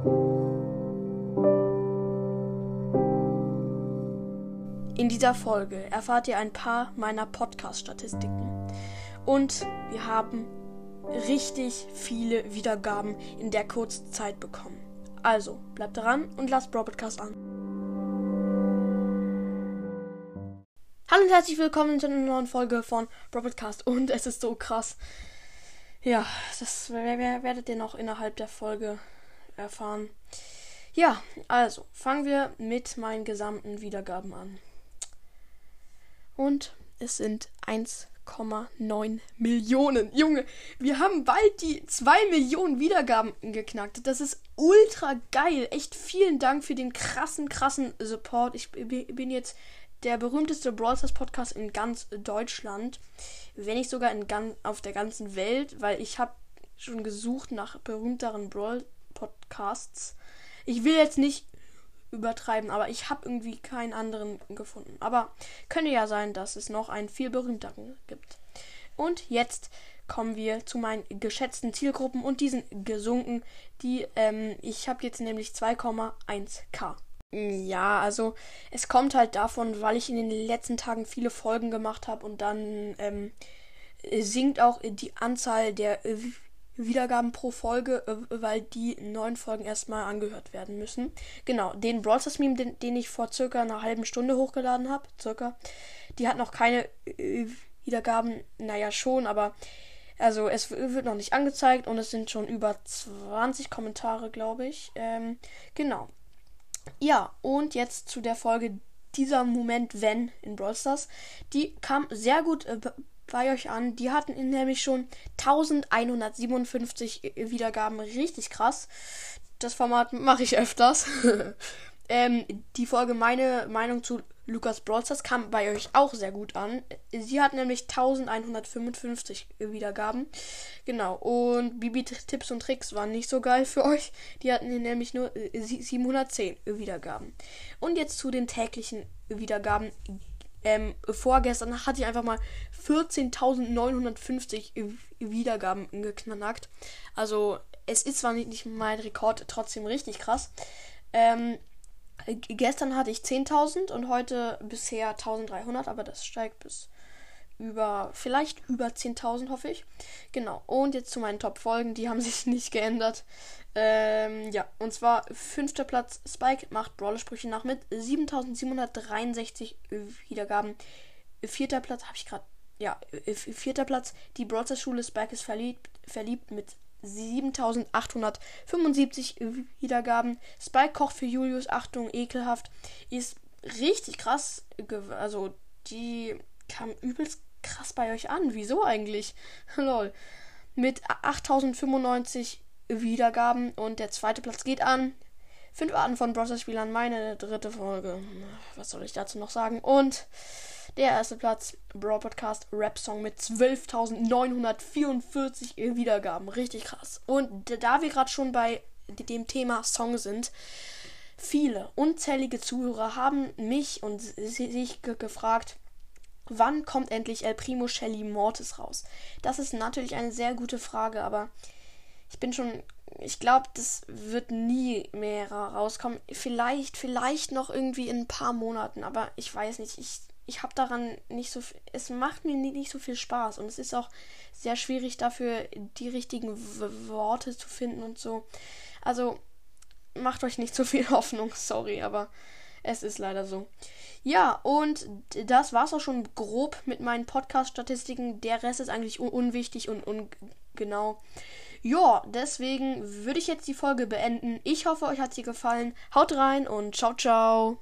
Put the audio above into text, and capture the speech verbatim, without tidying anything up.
In dieser Folge erfahrt ihr ein paar meiner Podcast-Statistiken. Und wir haben richtig viele Wiedergaben in der kurzen Zeit bekommen. Also, bleibt dran und lasst Brawl Podcast an. Hallo und herzlich willkommen zu einer neuen Folge von Brawl Podcast. Und es ist so krass. Ja, das werdet ihr noch innerhalb der Folge erfahren. Ja, also, fangen wir mit meinen gesamten Wiedergaben an. Und es sind eins Komma neun Millionen. Junge, wir haben bald die zwei Millionen Wiedergaben geknackt. Das ist ultra geil. Echt vielen Dank für den krassen, krassen Support. Ich bin jetzt der berühmteste Brawl Stars Podcast in ganz Deutschland. Wenn nicht sogar in ganz, auf der ganzen Welt. Weil ich habe schon gesucht nach berühmteren Brawl Podcasts. Ich will jetzt nicht übertreiben, aber ich habe irgendwie keinen anderen gefunden. Aber könnte ja sein, dass es noch einen viel berühmteren gibt. Und jetzt kommen wir zu meinen geschätzten Zielgruppen und diesen gesunken, die, ähm, ich habe jetzt nämlich zwei Komma eins K. Ja, also es kommt halt davon, weil ich in den letzten Tagen viele Folgen gemacht habe und dann ähm, sinkt auch die Anzahl der äh, Wiedergaben pro Folge, weil die neuen Folgen erstmal angehört werden müssen. Genau, den Brawl Stars Meme, den, den ich vor circa einer halben Stunde hochgeladen habe, circa, die hat noch keine äh, Wiedergaben, naja schon, aber also es wird noch nicht angezeigt und es sind schon über zwanzig Kommentare, glaube ich. Ähm, genau. Ja, und jetzt zu der Folge dieser Moment, wenn in Brawl Stars. Die kam sehr gut äh, bei euch an. Die hatten nämlich schon elfhundertsiebenundfünfzig Wiedergaben. Richtig krass. Das Format mache ich öfters. ähm, die Folge Meine Meinung zu Lukas Brawl Stars kam bei euch auch sehr gut an. Sie hat nämlich elfhundertfünfundfünfzig Wiedergaben. Genau. Und Bibi Tipps und Tricks waren nicht so geil für euch. Die hatten nämlich nur siebenhundertzehn Wiedergaben. Und jetzt zu den täglichen Wiedergaben. Ähm, vorgestern hatte ich einfach mal vierzehntausendneunhundertfünfzig Wiedergaben geknackt. Also, es ist zwar nicht, nicht mein Rekord, trotzdem richtig krass. Ähm, gestern hatte ich zehntausend und heute bisher eintausenddreihundert, aber das steigt bis über, vielleicht über zehntausend, hoffe ich. Genau, und jetzt zu meinen Top-Folgen, die haben sich nicht geändert. Ähm, ja, und zwar fünfter Platz, Spike macht Brawler-Sprüche nach mit siebentausendsiebenhundertdreiundsechzig Wiedergaben. Vierter Platz, habe ich gerade, ja, vierter Platz, die Brawl Stars Schule, Spike ist verliebt, verliebt mit siebentausendachthundertfünfundsiebzig Wiedergaben. Spike kocht für Julius, Achtung, ekelhaft, ist richtig krass, also die kam übelst krass bei euch an. Wieso eigentlich? Lol. Mit achttausendfünfundneunzig Wiedergaben und der zweite Platz geht an fünf Arten von Brawl Stars Spielern, meine dritte Folge. Was soll ich dazu noch sagen? Und der erste Platz, Brawl Podcast Rap Song mit zwölftausendneunhundertvierundvierzig Wiedergaben. Richtig krass. Und da wir gerade schon bei dem Thema Song sind, viele unzählige Zuhörer haben mich und sich ge- gefragt, wann kommt endlich El Primo Shelly Mortis raus? Das ist natürlich eine sehr gute Frage, aber ich bin schon, ich glaube, das wird nie mehr rauskommen. Vielleicht, vielleicht noch irgendwie in ein paar Monaten, aber ich weiß nicht, ich, ich habe daran nicht so viel, es macht mir nicht so viel Spaß und es ist auch sehr schwierig dafür, die richtigen w- Worte zu finden und so. Also, macht euch nicht so viel Hoffnung, sorry, aber es ist leider so. Ja, und das war's auch schon grob mit meinen Podcast-Statistiken. Der Rest ist eigentlich un- unwichtig und ungenau. Ja, deswegen würde ich jetzt die Folge beenden. Ich hoffe, euch hat sie gefallen. Haut rein und ciao, ciao.